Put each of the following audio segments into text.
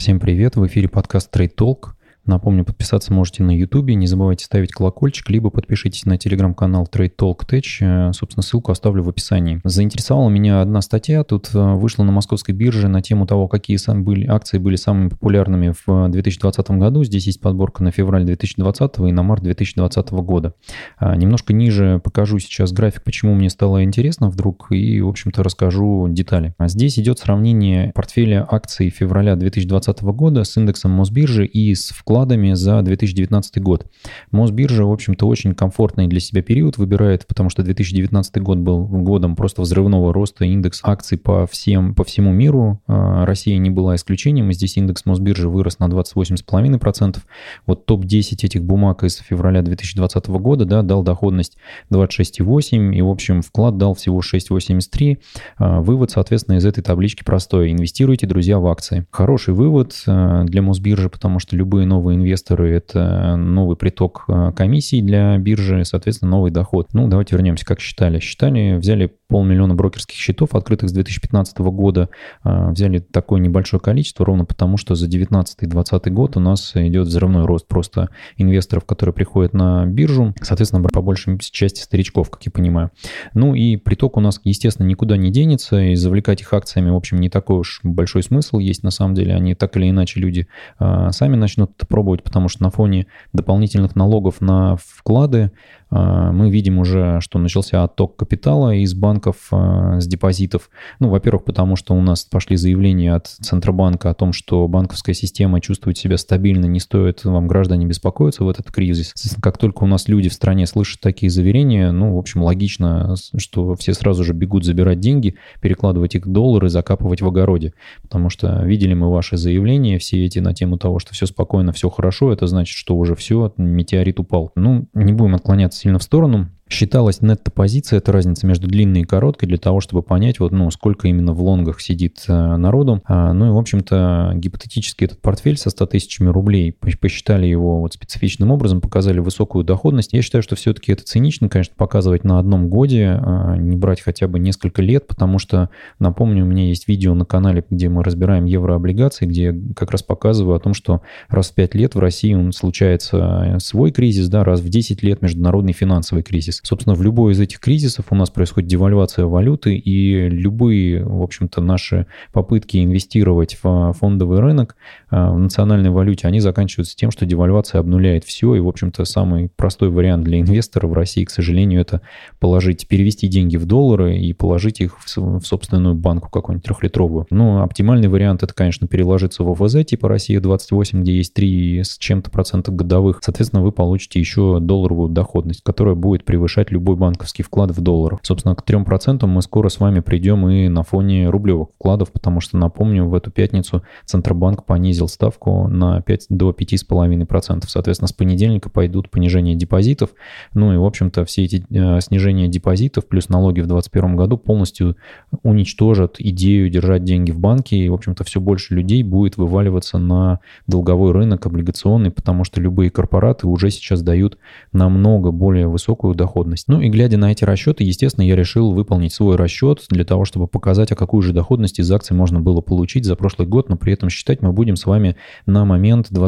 Всем привет, в эфире подкаст Trade Talk. Напомню, подписаться можете на YouTube, не забывайте ставить колокольчик, либо подпишитесь на телеграм-канал Trade Talk Tech, собственно, ссылку оставлю в описании. Заинтересовала меня одна статья, тут вышла на московской бирже на тему того, какие акции были самыми популярными в 2020 году. Здесь есть подборка на февраль 2020 и на март 2020 года. Немножко ниже покажу сейчас график, почему мне стало интересно вдруг, и, в общем-то, расскажу детали. Здесь идет сравнение портфеля акций февраля 2020 года с индексом Мосбиржи и с вкладами за 2019 год. Мосбиржа, в общем-то, очень комфортный для себя период выбирает, потому что 2019 год был годом просто взрывного роста индекс акций по всему миру. Россия не была исключением, и здесь индекс Мосбиржи вырос на 28,5%. Вот топ-10 этих бумаг из февраля 2020 года дал доходность 26,8%, и, в общем, вклад дал всего 6,83%. Вывод, соответственно, из этой таблички простой. Инвестируйте, друзья, в акции. Хороший вывод для Мосбиржи, потому что любые новые инвесторы – это новый приток комиссий для биржи, соответственно, новый доход. Давайте вернемся, как считали. Взяли 500 000 брокерских счетов, открытых с 2015 года, взяли такое небольшое количество, ровно потому, что за 2019-2020 год у нас идет взрывной рост просто инвесторов, которые приходят на биржу, соответственно, по большей части старичков, как я понимаю. И приток у нас, естественно, никуда не денется, и завлекать их акциями, в общем, не такой уж большой смысл есть, на самом деле, они так или иначе, люди сами начнут это пробовать, потому что на фоне дополнительных налогов на вклады мы видим уже, что начался отток капитала из банков, с депозитов. Во-первых, потому что у нас пошли заявления от Центробанка о том, что банковская система чувствует себя стабильно, не стоит вам, граждане, беспокоиться в этот кризис. Соответственно, как только у нас люди в стране слышат такие заверения, в общем, логично, что все сразу же бегут забирать деньги, перекладывать их в доллары, закапывать в огороде. Потому что видели мы ваши заявления, все эти на тему того, что все спокойно, все хорошо, это значит, что уже все, метеорит упал. Не будем отклоняться сильно в сторону. Считалась нетто-позиция, это разница между длинной и короткой, для того, чтобы понять, сколько именно в лонгах сидит народу. И, в общем-то, гипотетически этот портфель со 100 000 рублей, посчитали его специфичным образом, показали высокую доходность. Я считаю, что все-таки это цинично, конечно, показывать на одном годе, не брать хотя бы несколько лет, потому что, напомню, у меня есть видео на канале, где мы разбираем еврооблигации, где я как раз показываю о том, что раз в 5 лет в России случается свой кризис, раз в 10 лет международный финансовый кризис. Собственно, в любой из этих кризисов у нас происходит девальвация валюты, и любые, в общем-то, наши попытки инвестировать в фондовый рынок в национальной валюте, они заканчиваются тем, что девальвация обнуляет все, и, в общем-то, самый простой вариант для инвестора в России, к сожалению, это перевести деньги в доллары и положить их в собственную банку какую-нибудь 3-литровую. Оптимальный вариант – это, конечно, переложиться в ОФЗ типа Россия-28, где есть 3 с чем-то процентов годовых. Соответственно, вы получите еще долларовую доходность, которая будет превышать любой банковский вклад в долларах. Собственно, к 3% мы скоро с вами придем и на фоне рублевых вкладов, потому что, напомню, в эту пятницу Центробанк понизил ставку до 5,5%. Соответственно, с понедельника пойдут понижения депозитов. И, в общем-то, все эти снижения депозитов плюс налоги в 2021 году полностью уничтожат идею держать деньги в банке. И, в общем-то, все больше людей будет вываливаться на долговой рынок облигационный, потому что любые корпораты уже сейчас дают намного более высокую доходность. И глядя на эти расчеты, естественно, я решил выполнить свой расчет для того, чтобы показать, а какую же доходность из акций можно было получить за прошлый год, но при этом считать мы будем с вами на момент до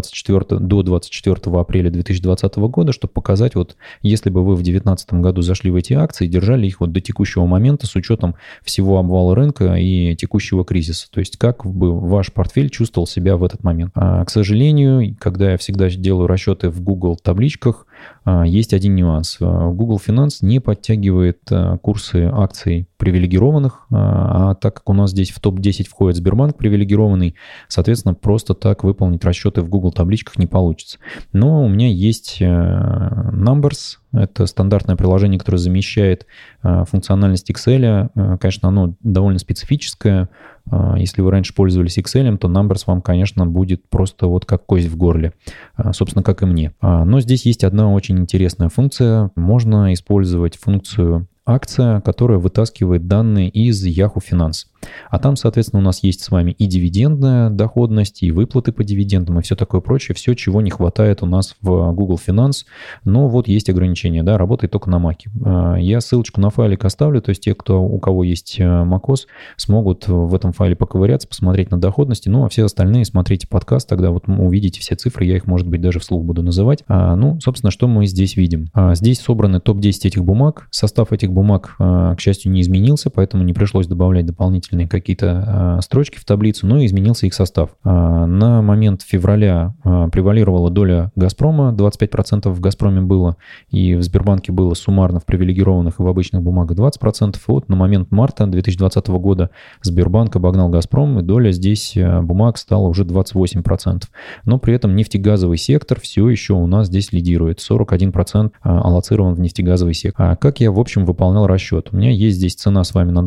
24 апреля 2020 года, чтобы показать, если бы вы в 2019 году зашли в эти акции, держали их до текущего момента с учетом всего обвала рынка и текущего кризиса. То есть как бы ваш портфель чувствовал себя в этот момент. К сожалению, когда я всегда делаю расчеты в Google табличках, есть один нюанс. Google Finance не подтягивает курсы акций привилегированных, а так как у нас здесь в топ-10 входит Сбербанк привилегированный, соответственно, просто так выполнить расчеты в Google табличках не получится. Но у меня есть Numbers, это стандартное приложение, которое замещает функциональность Excel. Конечно, оно довольно специфическое. Если вы раньше пользовались Excel, то Numbers вам, конечно, будет просто как кость в горле. Собственно, как и мне. Но здесь есть одна очень интересная функция. Можно использовать функцию акция, которая вытаскивает данные из Yahoo Finance. А там, соответственно, у нас есть с вами и дивидендная доходность, и выплаты по дивидендам, и все такое прочее, все, чего не хватает у нас в Google Finance, но вот есть ограничения, да, работает только на Mac. Я ссылочку на файлик оставлю, то есть те, у кого есть macOS, смогут в этом файле поковыряться, посмотреть на доходности, ну, а все остальные смотрите подкаст, тогда вот увидите все цифры, я их, может быть, даже вслух буду называть. Ну, собственно, что мы здесь видим? Здесь собраны топ-10 этих бумаг, состав этих бумаг, к счастью, не изменился, поэтому не пришлось добавлять дополнительные какие-то строчки в таблицу, но изменился их состав. На момент февраля превалировала доля «Газпрома», 25% в «Газпроме» было, и в Сбербанке было суммарно в привилегированных и в обычных бумагах 20%. Вот на момент марта 2020 года Сбербанк обогнал «Газпром», и доля здесь бумаг стала уже 28%. Но при этом нефтегазовый сектор все еще у нас здесь лидирует. 41% аллоцирован в нефтегазовый сектор. А как я, в общем, выполнял расчет? У меня есть здесь цена с вами на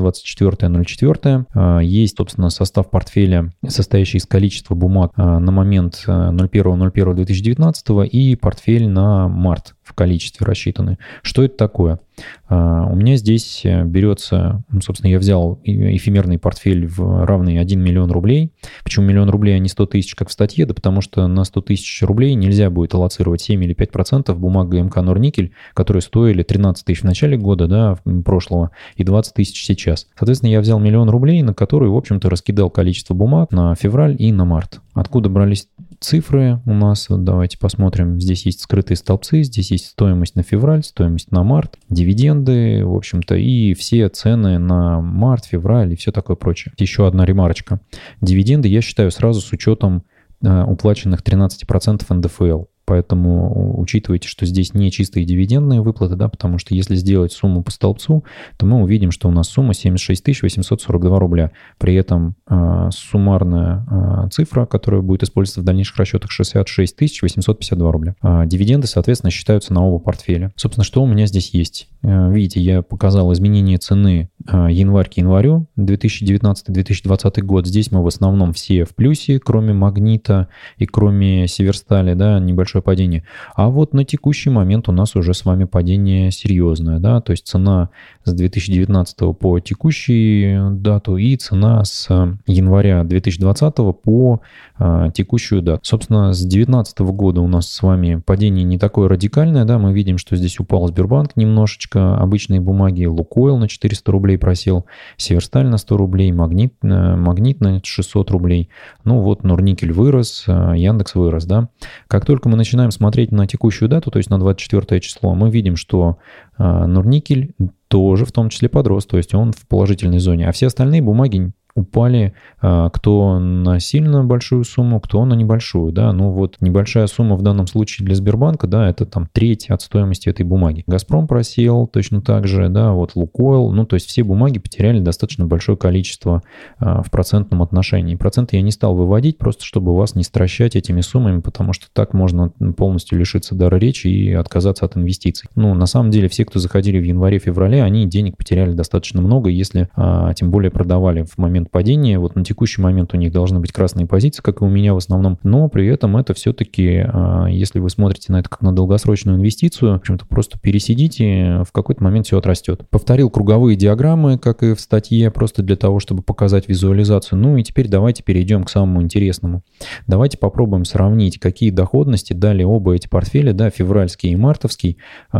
24.04. Есть, собственно, состав портфеля, состоящий из количества бумаг на момент 01.01.2019 и портфель на март в количестве рассчитаны. Что это такое? У меня здесь берется, собственно, я взял эфемерный портфель в равный 1 миллион рублей. Почему миллион рублей, а не 100 тысяч, как в статье? Да потому что на 100 тысяч рублей нельзя будет аллоцировать 7 или 5% бумаг ГМК «Норникель», которые стоили 13 тысяч в начале года, да, прошлого, и 20 тысяч сейчас. Соответственно, я взял миллион рублей, на которые, в общем-то, раскидал количество бумаг на февраль и на март. Откуда брались цифры у нас? Вот давайте посмотрим. Здесь есть скрытые столбцы, здесь есть стоимость на февраль, стоимость на март, дивиденды, в общем-то, и все цены на март, февраль и все такое прочее. Еще одна ремарочка. Дивиденды я считаю сразу с учетом уплаченных 13% НДФЛ. Поэтому учитывайте, что здесь не чистые дивидендные выплаты, да, потому что если сделать сумму по столбцу, то мы увидим, что у нас сумма 76 842 рубля. При этом суммарная цифра, которая будет использоваться в дальнейших расчетах, 66 852 рубля. Дивиденды, соответственно, считаются на оба портфеля. Собственно, что у меня здесь есть? Видите, я показал изменение цены январь к январю 2019-2020 год. Здесь мы в основном все в плюсе, кроме Магнита и кроме Северстали, да, небольшое падение. А вот на текущий момент у нас уже с вами падение серьезное, да, то есть цена с 2019 по текущую дату и цена с января 2020 по текущую дату. Собственно, с 2019 года у нас с вами падение не такое радикальное, да, мы видим, что здесь упал Сбербанк немножечко, обычные бумаги, Лукойл на 400 рублей просел, Северсталь на 100 рублей, Магнит на 600 рублей. Ну вот Норникель вырос, Яндекс вырос, да. Как только мы начинаем смотреть на текущую дату, то есть на 24 число, мы видим, что Норникель тоже в том числе подрос, то есть он в положительной зоне, а все остальные бумаги упали, кто на сильно большую сумму, кто на небольшую, да, ну вот небольшая сумма в данном случае для Сбербанка, да, это там треть от стоимости этой бумаги. Газпром просел точно так же, да, вот Лукойл, ну то есть все бумаги потеряли достаточно большое количество в процентном отношении. Проценты я не стал выводить, просто чтобы вас не стращать этими суммами, потому что так можно полностью лишиться дара речи и отказаться от инвестиций. Ну, на самом деле, все, кто заходили в январе-феврале, они денег потеряли достаточно много, если тем более продавали в момент падения. Вот на текущий момент у них должны быть красные позиции, как и у меня в основном, но при этом это все-таки, если вы смотрите на это как на долгосрочную инвестицию, в общем-то, просто пересидите, в какой-то момент все отрастет. Повторил круговые диаграммы, как и в статье, просто для того, чтобы показать визуализацию. Ну и теперь давайте перейдем к самому интересному. Давайте попробуем сравнить, какие доходности дали оба эти портфеля, да, февральский и мартовский,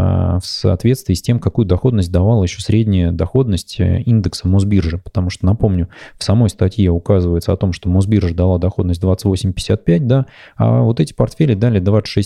в соответствии с тем, какую доходность давала еще средняя доходность индекса Мосбиржи. Потому что, напомню, в самой статье указывается о том, что Мосбиржа дала доходность 28,55, да, а вот эти портфели дали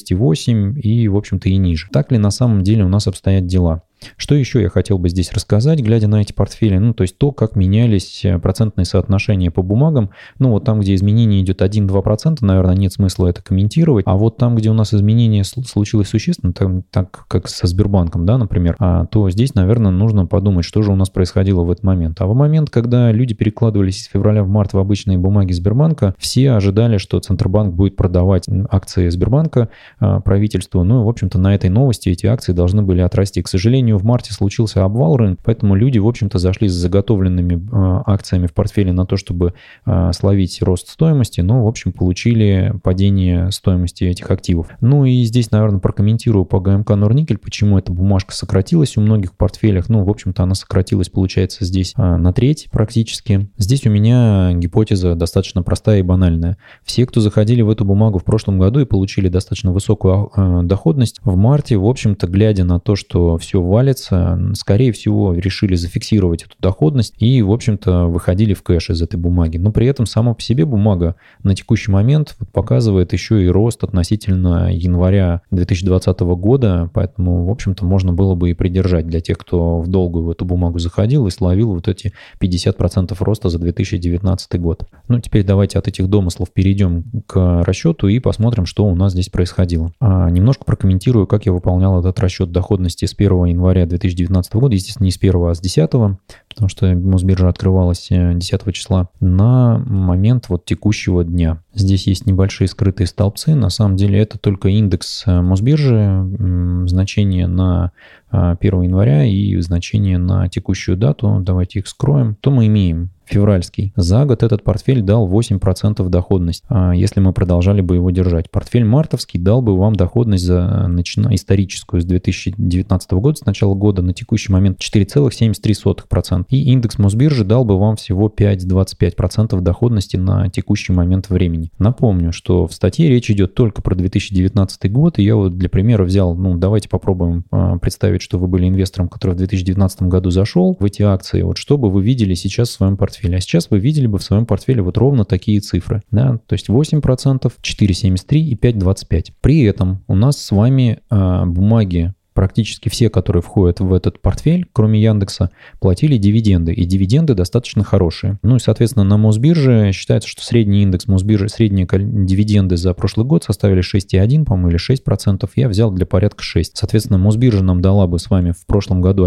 26,8 и, в общем-то, и ниже. Так ли на самом деле у нас обстоят дела? Что еще я хотел бы здесь рассказать, глядя на эти портфели? Ну, то есть то, как менялись процентные соотношения по бумагам. Ну, вот там, где изменение идет 1-2%, наверное, нет смысла это комментировать. А вот там, где у нас изменение случилось существенно, так как со Сбербанком, да, например, то здесь, наверное, нужно подумать, что же у нас происходило в этот момент. А в момент, когда люди перекладывались из февраля в март в обычные бумаги Сбербанка, все ожидали, что Центробанк будет продавать акции Сбербанка правительству. Ну, в общем-то, на этой новости эти акции должны были отрасти. К сожалению, нее в марте случился обвал рынка, поэтому люди, в общем-то, зашли с заготовленными акциями в портфеле на то, чтобы словить рост стоимости, но, в общем, получили падение стоимости этих активов. Ну и здесь, наверное, прокомментирую по ГМК Норникель, почему эта бумажка сократилась у многих в портфелях. Ну, в общем-то, она сократилась, получается, здесь на треть практически. Здесь у меня гипотеза достаточно простая и банальная. Все, кто заходили в эту бумагу в прошлом году и получили достаточно высокую доходность, в марте, в общем-то, глядя на то, что все валится, скорее всего, решили зафиксировать эту доходность и, в общем-то, выходили в кэш из этой бумаги. Но при этом сама по себе бумага на текущий момент показывает еще и рост относительно января 2020 года, поэтому, в общем-то, можно было бы и придержать для тех, кто в долгую в эту бумагу заходил и словил вот эти 50% роста за 2019 год. Ну, теперь давайте от этих домыслов перейдем к расчету и посмотрим, что у нас здесь происходило. Немножко прокомментирую, как я выполнял этот расчет доходности с 1 января 2019 года, естественно, не с 1, а с 10, потому что Мосбиржа открывалась 10 числа, на момент вот текущего дня. Здесь есть небольшие скрытые столбцы. На самом деле это только индекс Мосбиржи, значение на 1 января и значение на текущую дату. Давайте их скроем. Что мы имеем? Февральский. За год этот портфель дал 8% доходность, если мы продолжали бы его держать. Портфель мартовский дал бы вам доходность историческую с 2019 года, с начала года на текущий момент 4,73%. И индекс Мосбиржи дал бы вам всего 5,25% доходности на текущий момент времени. Напомню, что в статье речь идет только про 2019 год, и я вот для примера взял, давайте попробуем представить, что вы были инвестором, который в 2019 году зашел в эти акции, вот что бы вы видели сейчас в своем портфеле. А сейчас вы видели бы в своем портфеле вот ровно такие цифры. Да? То есть 8%, 4,73 и 5,25. При этом у нас с вами бумаги, практически все, которые входят в этот портфель, кроме Яндекса, платили дивиденды. И дивиденды достаточно хорошие. Ну и, соответственно, на Мосбирже считается, что средний индекс Мосбиржи, средние дивиденды за прошлый год составили 6,1, по-моему, или 6%. Я взял для порядка 6. Соответственно, Мосбиржа нам дала бы с вами в прошлом году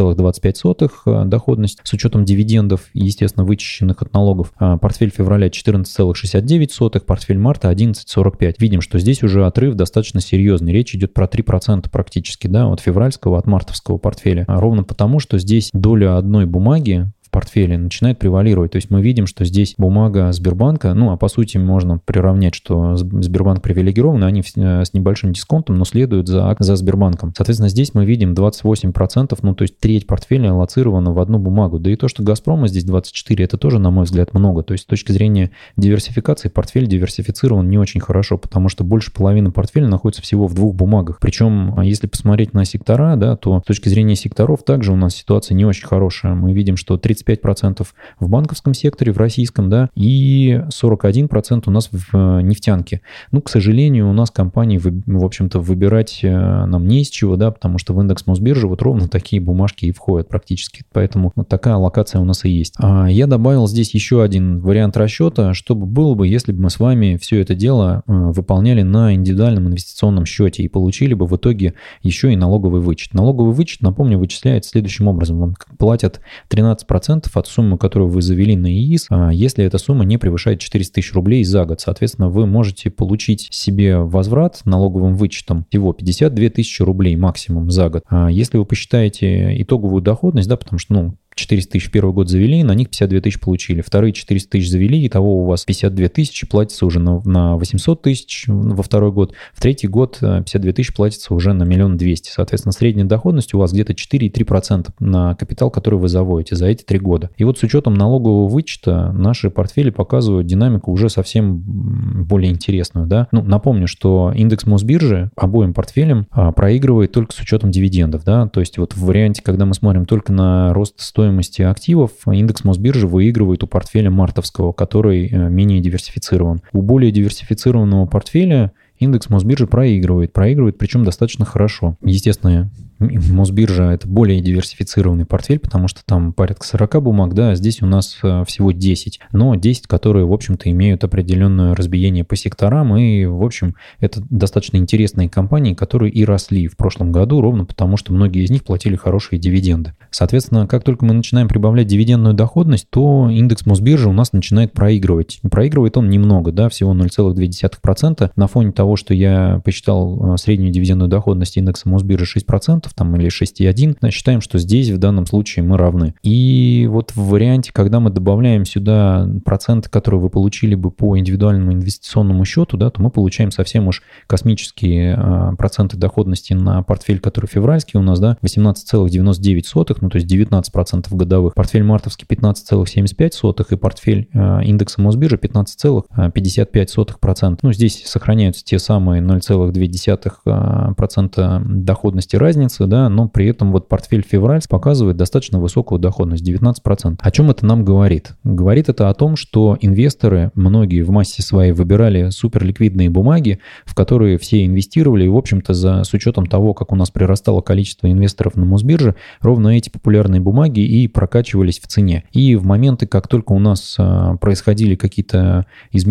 11,25 доходность с учетом дивидендов, естественно, вычищенных от налогов. Портфель февраля 14,69, портфель марта 11,45. Видим, что здесь уже отрыв достаточно серьезный. Речь идет про 3% практически, да, от февральского, от мартовского портфеля. Ровно потому, что здесь доля одной бумаги в портфеле начинает превалировать. То есть мы видим, что здесь бумага Сбербанка, а по сути можно приравнять, что Сбербанк привилегирован, они с небольшим дисконтом, но следуют за Сбербанком. Соответственно, здесь мы видим 28%, то есть треть портфеля аллоцирована в одну бумагу. Да и то, что Газпрома здесь 24%, это тоже, на мой взгляд, много. То есть с точки зрения диверсификации портфель диверсифицирован не очень хорошо, потому что больше половины портфеля находится всего в двух бумагах. Причем, если посмотреть на сектора, да, то с точки зрения секторов также у нас ситуация не очень хорошая. Мы видим, что 35% в банковском секторе, в российском, да, и 41% у нас в нефтянке. К сожалению, у нас компании, в общем-то, выбирать нам не из чего, да, потому что в индекс Мосбиржи вот ровно такие бумажки и входят практически. Поэтому вот такая аллокация у нас и есть. Я добавил здесь еще один вариант расчета, чтобы было бы, если бы мы с вами все это дело выполняли на индивидуальном инвестиционном счете и получили бы в итоге еще и налоговый вычет. Налоговый вычет, напомню, вычисляется следующим образом. Вам платят 13% от суммы, которую вы завели на ИИС, если эта сумма не превышает 400 тысяч рублей за год. Соответственно, вы можете получить себе возврат налоговым вычетом всего 52 тысячи рублей максимум за год. Если вы посчитаете итоговую доходность, да, потому что, 400 тысяч в первый год завели, на них 52 тысячи получили. Вторые 400 тысяч завели, итого у вас 52 тысячи платится уже на 800 тысяч во второй год. В третий год 52 тысячи платится уже на 1 200 000. Соответственно, средняя доходность у вас где-то 4,3% на капитал, который вы заводите за эти 3 года. И вот с учетом налогового вычета наши портфели показывают динамику уже совсем более интересную. Да? Напомню, что индекс Мосбиржи обоим портфелям проигрывает только с учетом дивидендов. Да? То есть вот в варианте, когда мы смотрим только на рост стоимости активов, индекс Мосбиржи выигрывает у портфеля мартовского, который менее диверсифицирован. У более диверсифицированного портфеля индекс Мосбиржи проигрывает, причем достаточно хорошо. Естественно, Мосбиржа — это более диверсифицированный портфель, потому что там порядка 40 бумаг, да, а здесь у нас всего 10. Но 10, которые, в общем-то, имеют определенное разбиение по секторам, и, в общем, это достаточно интересные компании, которые и росли в прошлом году, ровно потому, что многие из них платили хорошие дивиденды. Соответственно, как только мы начинаем прибавлять дивидендную доходность, то индекс Мосбиржи у нас начинает проигрывать. Проигрывает он немного, да, всего 0,2%. На фоне того, что я посчитал среднюю дивидендную доходность индекса Мосбиржи 6%, там, или 6,1%, считаем, что здесь в данном случае мы равны. И вот в варианте, когда мы добавляем сюда проценты, которые вы получили бы по индивидуальному инвестиционному счету, да, то мы получаем совсем уж космические проценты доходности на портфель, который февральский у нас, да, 18,99, ну то есть 19% годовых. Портфель мартовский 15,75 и портфель индекса Мосбиржи 15,55%. Ну здесь сохраняются те самые 0,2% доходности разницы, да, но при этом вот портфель февраль показывает достаточно высокую доходность, 19%. О чем это нам говорит? Говорит это о том, что инвесторы, многие в массе своей выбирали суперликвидные бумаги, в которые все инвестировали, и, в общем-то, с учетом того, как у нас прирастало количество инвесторов на Мосбирже, ровно эти популярные бумаги и прокачивались в цене. И в моменты, как только у нас происходили какие-то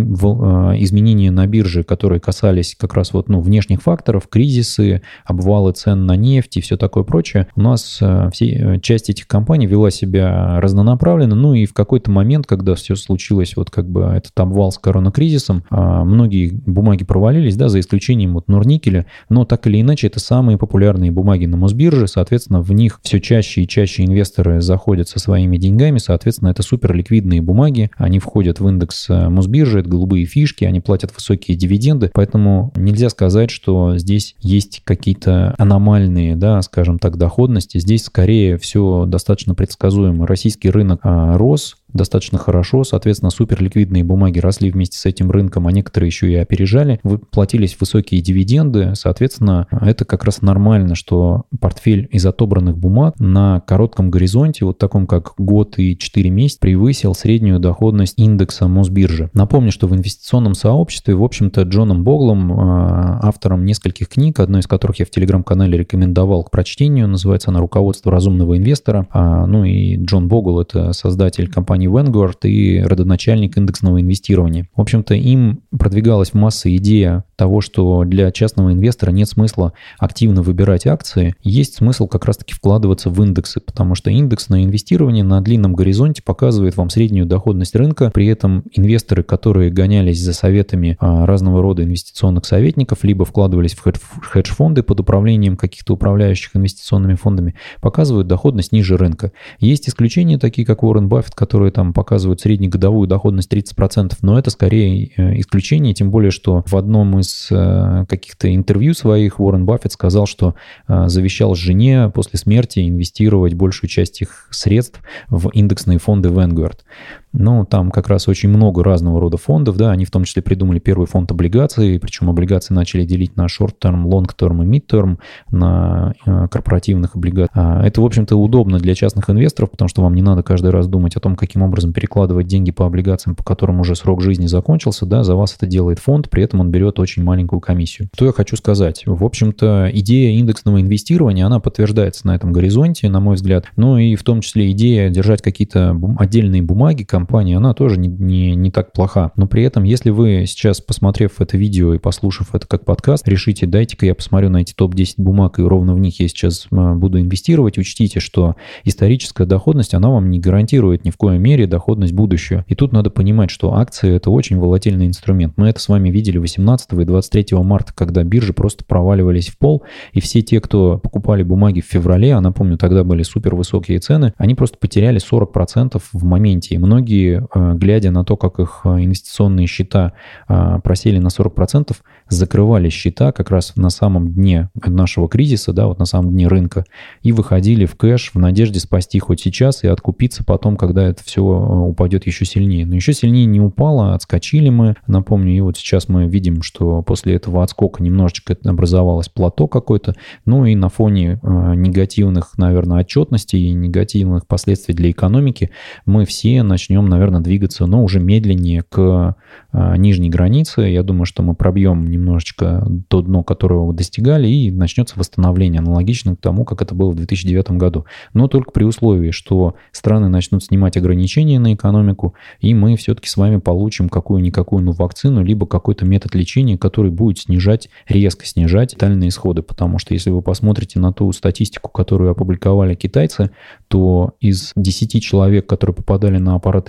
изменения на бирже, которые касались как раз вот, внешних факторов, кризисы, обвалы цен на нефть и все такое прочее, у нас часть этих компаний вела себя разнонаправленно, ну и в какой-то момент, когда все случилось, вот как бы этот обвал с коронакризисом, многие бумаги провалились, да, за исключением вот Норникеля, но так или иначе это самые популярные бумаги на Мосбирже, соответственно, в них все чаще и чаще инвесторы заходят со своими деньгами, соответственно, это суперликвидные бумаги, они входят в индекс Мосбиржи, это голубые фишки, они платят высокие дивиденды, поэтому нельзя сказать, что здесь есть какие-то аномальные, да, скажем так, доходности, здесь скорее все достаточно предсказуемо. Российский рынок рос достаточно хорошо, соответственно, суперликвидные бумаги росли вместе с этим рынком, а некоторые еще и опережали, платились высокие дивиденды, соответственно, это как раз нормально, что портфель из отобранных бумаг на коротком горизонте, вот таком как год и 4 месяца, превысил среднюю доходность индекса Мосбиржи. Напомню, что в инвестиционном сообществе, в общем-то, Джоном Боглом, автором нескольких книг, одной из которых я в телеграм-канале рекомендовал к прочтению, называется она «Руководство разумного инвестора», ну и Джон Богл — это создатель компании Vanguard и родоначальник индексного инвестирования. В общем-то, им продвигалась в массы идея того, что для частного инвестора нет смысла активно выбирать акции, есть смысл как раз-таки вкладываться в индексы, потому что индексное инвестирование на длинном горизонте показывает вам среднюю доходность рынка, при этом инвесторы, которые гонялись за советами разного рода инвестиционных советников, либо вкладывались в хедж-фонды под управлением каких-то управляющих инвестиционными фондами, показывают доходность ниже рынка. Есть исключения, такие как Уоррен Баффет, которые там показывают среднегодовую доходность 30%, но это скорее исключение, тем более, что в одном из каких-то интервью своих Уоррен Баффет сказал, что завещал жене после смерти инвестировать большую часть их средств в индексные фонды Vanguard. Ну, там как раз очень много разного рода фондов, да, они в том числе придумали первый фонд облигаций, причем облигации начали делить на short-term, long-term и mid-term, на корпоративных облигациях. Это, в общем-то, удобно для частных инвесторов, потому что вам не надо каждый раз думать о том, каким образом перекладывать деньги по облигациям, по которым уже срок жизни закончился, да, за вас это делает фонд, при этом он берет очень маленькую комиссию. Что я хочу сказать? В общем-то, идея индексного инвестирования, она подтверждается на этом горизонте, на мой взгляд, ну и в том числе идея держать какие-то отдельные бумаги компании, она тоже не так плоха. Но при этом, если вы сейчас, посмотрев это видео и послушав это как подкаст, решите, дайте-ка я посмотрю на эти топ-10 бумаг, и ровно в них я сейчас буду инвестировать, учтите, что историческая доходность, она вам не гарантирует ни в коей мере доходность будущего. И тут надо понимать, что акции — это очень волатильный инструмент. Мы это с вами видели 18 и 23 марта, когда биржи просто проваливались в пол, и все те, кто покупали бумаги в феврале, а напомню, тогда были супер высокие цены, они просто потеряли 40% в моменте. И многие, глядя на то, как их инвестиционные счета просели на 40%, закрывали счета как раз на самом дне нашего кризиса, да, вот на самом дне рынка, и выходили в кэш в надежде спасти хоть сейчас и откупиться потом, когда это все упадет еще сильнее. Но еще сильнее не упало, отскочили мы, напомню, и вот сейчас мы видим, что после этого отскока немножечко образовалось плато какое-то, ну и на фоне негативных, наверное, отчетностей и негативных последствий для экономики мы все начнем, наверное, двигаться, но уже медленнее к нижней границе. Я думаю, что мы пробьем немножечко то дно, которого достигали, и начнется восстановление, аналогично к тому, как это было в 2009 году. Но только при условии, что страны начнут снимать ограничения на экономику, и мы все-таки с вами получим какую-никакую вакцину, либо какой-то метод лечения, который будет резко снижать летальные исходы. Потому что если вы посмотрите на ту статистику, которую опубликовали китайцы, то из 10 человек, которые попадали на аппарат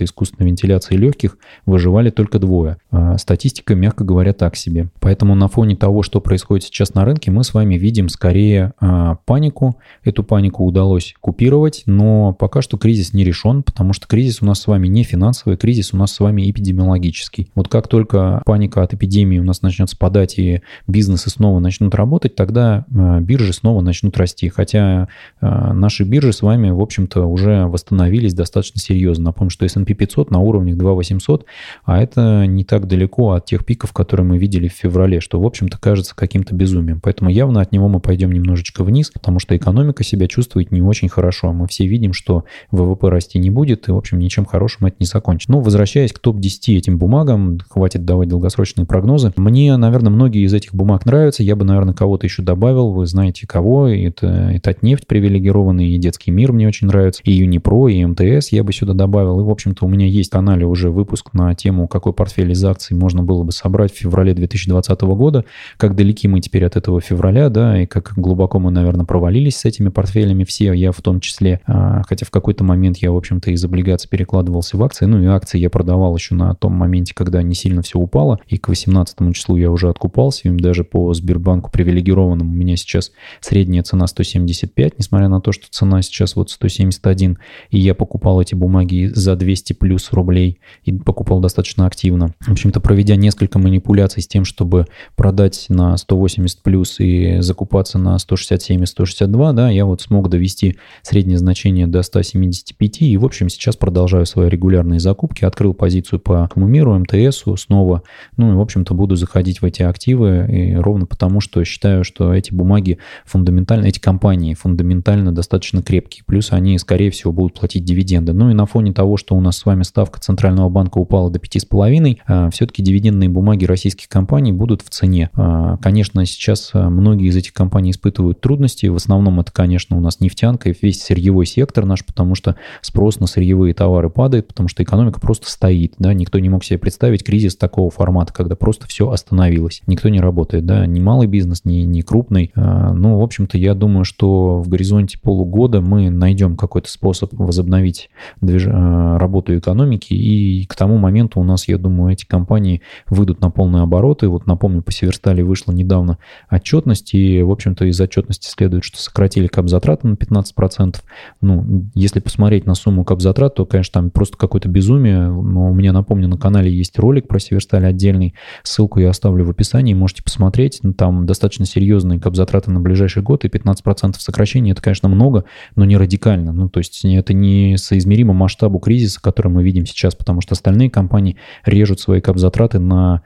аппарата искусственной вентиляции легких выживали только 2. Статистика, мягко говоря, так себе. Поэтому на фоне того, что происходит сейчас на рынке, мы с вами видим скорее панику. Эту панику удалось купировать, но пока что кризис не решен, потому что кризис у нас с вами не финансовый, кризис у нас с вами эпидемиологический. Вот как только паника от эпидемии у нас начнет спадать и бизнесы снова начнут работать, тогда биржи снова начнут расти. Хотя наши биржи с вами, в общем-то, уже восстановились достаточно серьезно. Напомню, что S&P 500 на уровнях 2800, а это не так далеко от тех пиков, которые мы видели в феврале, что, в общем-то, кажется каким-то безумием. Поэтому явно от него мы пойдем немножечко вниз, потому что экономика себя чувствует не очень хорошо. Мы все видим, что ВВП расти не будет, и, в общем, ничем хорошим это не закончится. Но, возвращаясь к топ-10 этим бумагам, хватит давать долгосрочные прогнозы. Мне, наверное, многие из этих бумаг нравятся. Я бы, наверное, кого-то еще добавил. Вы знаете, кого. Это Татнефть привилегированный, и Детский мир мне очень нравится, и Юнипро, и МТС я бы сюда добавил. И, в общем-то, у меня есть в канале уже выпуск на тему, какой портфель из акций можно было бы собрать в феврале 2020 года, как далеки мы теперь от этого февраля, да, и как глубоко мы, наверное, провалились с этими портфелями все, я в том числе. Хотя в какой-то момент я, в общем-то, из облигаций перекладывался в акции. Ну и акции я продавал еще на том моменте, когда не сильно все упало. И к 18 числу я уже откупался. Им даже по Сбербанку привилегированному у меня сейчас средняя цена 175, несмотря на то, что цена сейчас вот 171. И я покупал эти бумаги за 200 плюс рублей. И покупал достаточно активно. В общем-то, проведя несколько манипуляций с тем, чтобы продать на 180 плюс и закупаться на 167 и 162, да, я вот смог довести среднее значение до 175. И, в общем, сейчас продолжаю свои регулярные закупки. Открыл позицию по миру, МТСу снова. Ну и, в общем-то, буду заходить в эти активы. И ровно потому, что считаю, что эти бумаги фундаментально, эти компании фундаментально достаточно крепкие. Плюс они, скорее всего, будут платить дивиденды. Ну и на фоне того, что у нас с вами ставка Центрального банка упала до 5,5, все-таки дивидендные бумаги российских компаний будут в цене. Конечно, сейчас многие из этих компаний испытывают трудности. В основном это, конечно, у нас нефтянка и весь сырьевой сектор наш, потому что спрос на сырьевые товары падает, потому что экономика просто стоит. Да? Никто не мог себе представить кризис такого формата, когда просто все остановилось. Никто не работает. Да? Ни малый бизнес, ни крупный. Ну, в общем-то, я думаю, что в горизонте полугода мы найдем какой-то способ возобновить работу экономики, и к тому моменту у нас, я думаю, эти компании выйдут на полные обороты. Вот напомню, по Северстали вышла недавно отчетность, и, в общем-то, из отчетности следует, что сократили капзатраты на 15%. Ну, если посмотреть на сумму капзатрат, то, конечно, там просто какое-то безумие. Но у меня, напомню, на канале есть ролик про Северсталь отдельный. Ссылку я оставлю в описании, можете посмотреть. Там достаточно серьезные капзатраты на ближайший год, и 15% сокращения — это, конечно, много, но не радикально. Ну, то есть это не соизмеримо масштабу кризиса, который мы видим сейчас, потому что остальные компании режут свои капзатраты на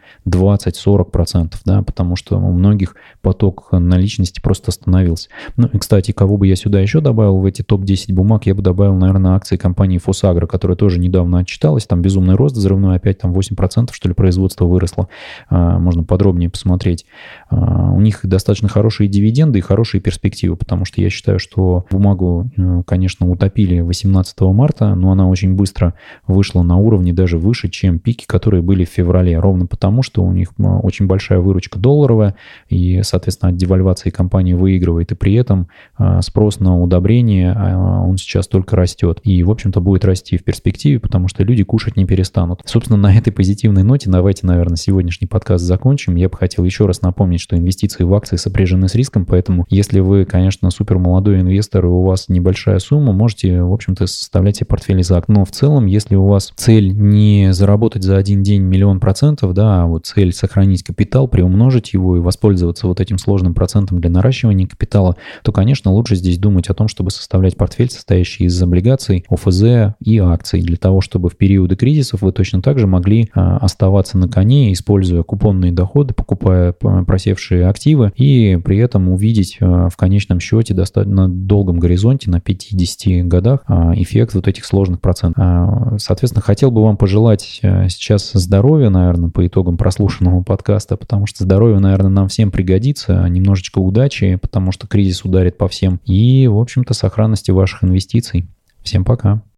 20-40%, да, потому что у многих поток наличности просто остановился. Ну, и, кстати, кого бы я сюда еще добавил в эти топ-10 бумаг, я бы добавил, наверное, акции компании Фосагро, которая тоже недавно отчиталась, там безумный рост взрывной, опять там 8%, что ли, производство выросло, можно подробнее посмотреть. У них достаточно хорошие дивиденды и хорошие перспективы, потому что я считаю, что бумагу, конечно, утопили 18 марта, но она очень быстро вышла на уровни даже выше, чем пики, которые были в феврале, ровно потому, что у них очень большая выручка долларовая, и, соответственно, от девальвации компания выигрывает, и при этом спрос на удобрения, он сейчас только растет, и, в общем-то, будет расти в перспективе, потому что люди кушать не перестанут. Собственно, на этой позитивной ноте давайте, наверное, сегодняшний подкаст закончим. Я бы хотел еще раз напомнить, что инвестиции в акции сопряжены с риском, поэтому если вы, конечно, супер молодой инвестор и у вас небольшая сумма, можете, в общем-то, составлять себе портфель из акций. Но в целом, если у вас цель не заработать за один день 1 000 000 %, да, а вот цель сохранить капитал, приумножить его и воспользоваться вот этим сложным процентом для наращивания капитала, то, конечно, лучше здесь думать о том, чтобы составлять портфель, состоящий из облигаций, ОФЗ и акций, для того, чтобы в периоды кризисов вы точно так же могли оставаться на коне, используя купонные доходы, покупая просевшие активы, и при этом увидеть в конечном счете достаточно долгом горизонте, на 5-10 годах, эффект вот этих сложных процентов. Соответственно, хотел бы вам пожелать сейчас здоровья, наверное, по итогам прослушанного подкаста, потому что здоровье, наверное, нам всем пригодится, немножечко удачи, потому что кризис ударит по всем, и, в общем-то, сохранности ваших инвестиций. Всем пока!